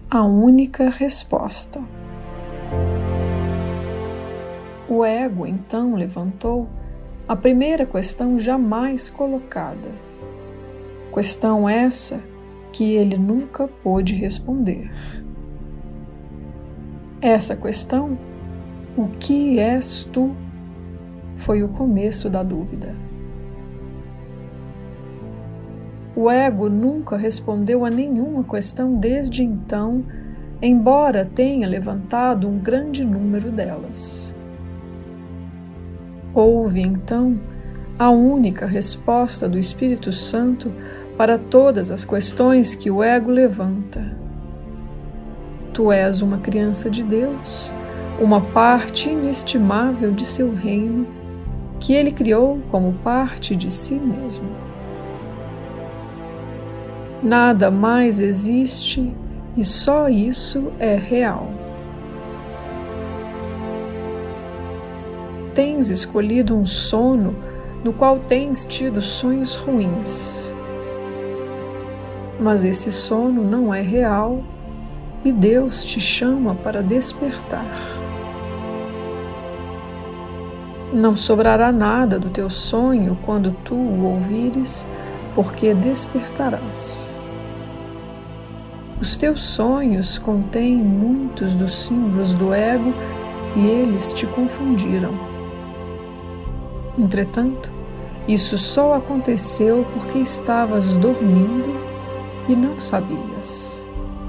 A única resposta. O ego então levantou a primeira questão jamais colocada. Questão essa que ele nunca pôde responder. Essa questão, o que és tu, foi o começo da dúvida. O ego nunca respondeu a nenhuma questão desde então, embora tenha levantado um grande número delas. Houve então a única resposta do Espírito Santo para todas as questões que o ego levanta. Tu és uma criança de Deus, uma parte inestimável de seu reino, que ele criou como parte de si mesmo. Nada mais existe e só isso é real. Tens escolhido um sono no qual tens tido sonhos ruins. Mas esse sono não é real e Deus te chama para despertar. Não sobrará nada do teu sonho quando tu o ouvires, porque despertarás. Os teus sonhos contêm muitos dos símbolos do ego e eles te confundiram. Entretanto, isso só aconteceu porque estavas dormindo e não sabias.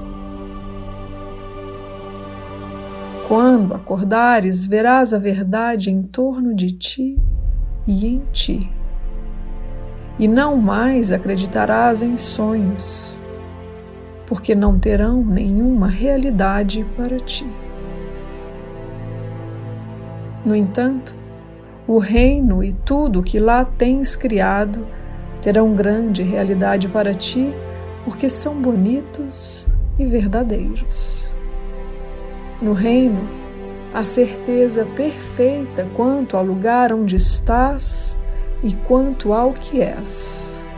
Quando acordares, verás a verdade em torno de ti e em ti. E não mais acreditarás em sonhos, porque não terão nenhuma realidade para ti. No entanto, o reino e tudo o que lá tens criado terão grande realidade para ti, porque são bonitos e verdadeiros. No reino, há certeza perfeita quanto ao lugar onde estás e quanto ao que és.